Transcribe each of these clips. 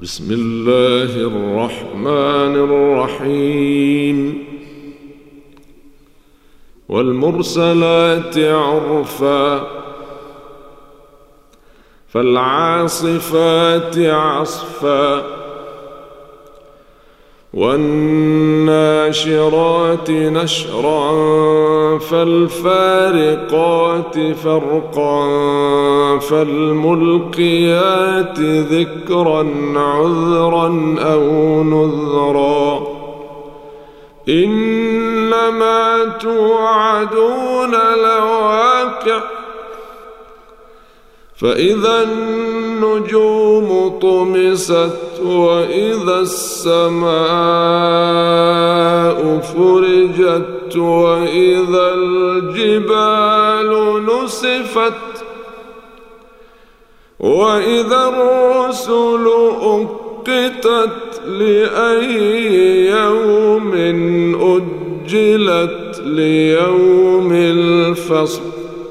بسم الله الرحمن الرحيم والمرسلات عرفا فالعاصفات عصفا والناشرات نشرا فالفارقات فرقا فالملقيات ذكرا عذرا أو نذرا إنما توعدون لواقع فإذا النجوم طمست وإذا السماء فرجت وإذا الجبال نسفت وإذا الرسل أقتت لأي يوم أجلت ليوم الفصل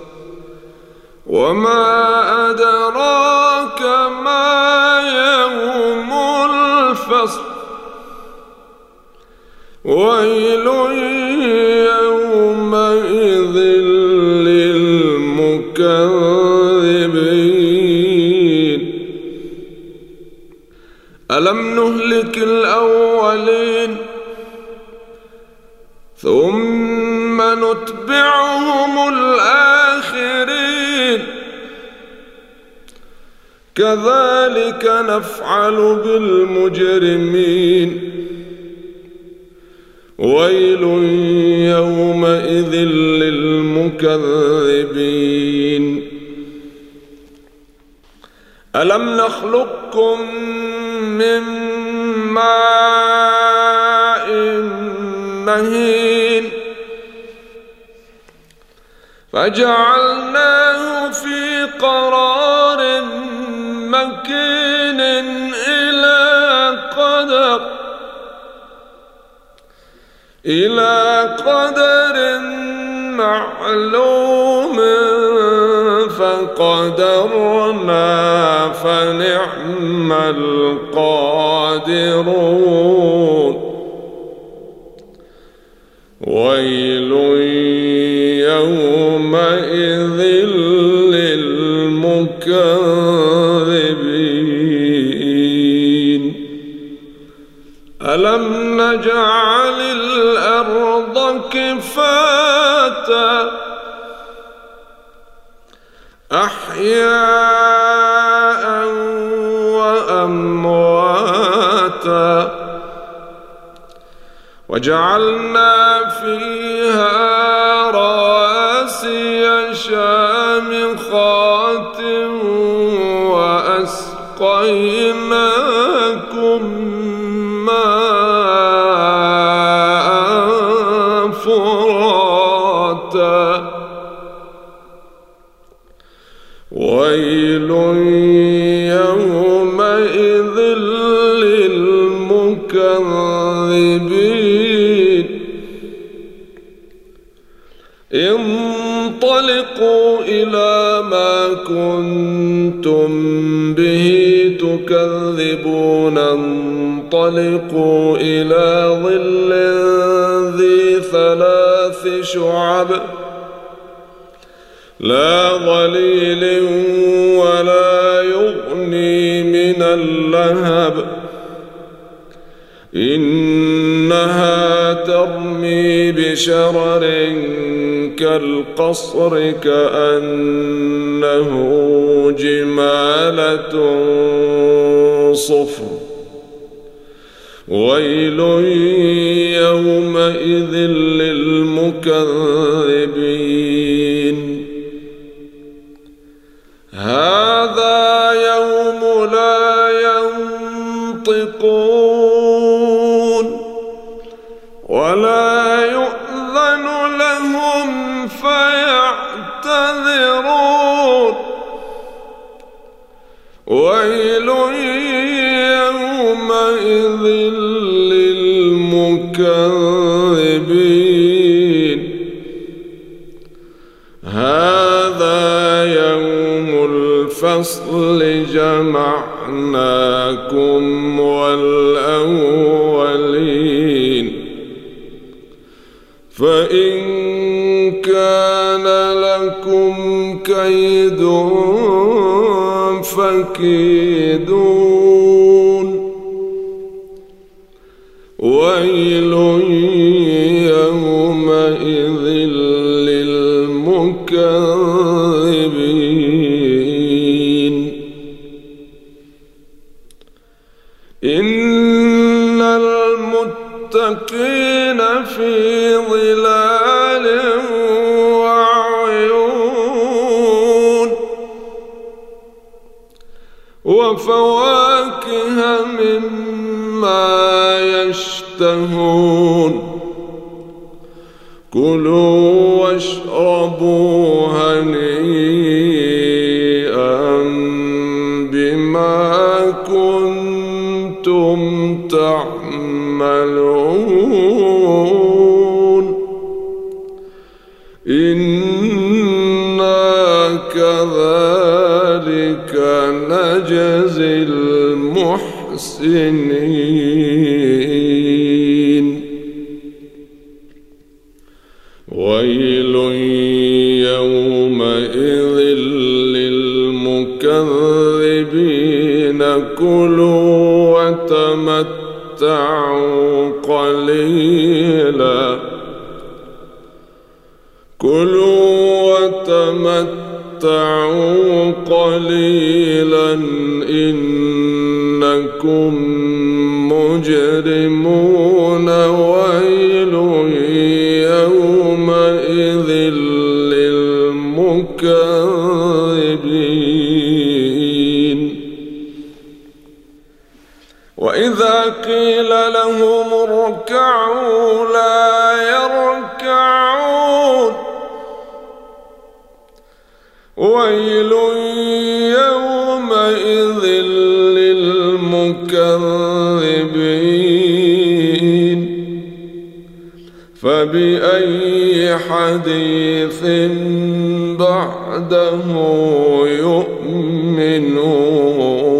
وما أدراك ما يوم الفصل ويل يومئذ للمكذبين ألم نهلك الأولين ثم نتبعهم الآخرين كذلك نفعل بالمجرمين ويل يومئذ للمكذبين ألم نخلقكم من ماء مهين فجعلناه في قرار مكين إلى قدر معلوم فقدرنا فنعم القادرون ويل يومئذ للمكذبين ألم نجعل الأرض كفاتا أحياء وأمواتا وجعلنا فيها رواسي شامخات وأسقيناكم ماء فراتا ويل يومئذ للمكذبين انطلقوا إلى ما كنتم به تكذبون انطلقوا إلى ظل ذي 3 شعب لا ظليل ولا يغني من اللهب إنها ترمي بشرر كالقصر كأنه جمالة صفر ويل يومئذ للمكذبين هذا يوم لا ينطقون ولا يؤذن لهم فيعتذرون ويل يومئذ للمكذبين هذا يوم الفصل جمعناكم إياكم والأولين فإن كان لكم كيد فكيدون ويل يومئذ للمكذبين إن المتقين في ظلال وعيون وفواكه مما يشتهون كلوا واشربوا هنيئا بما كنتم تعملون إنا كذلك نجزي المحسنين ويل يومئذ للمكذبين كلوا وتمتعوا قليلا إنكم مجرمون ويل يومئذ للمكذبين وإذا قيل لهم اركعوا لا يركعون ويل يومئذ للمكذبين فبأي حديث بعده يؤمنون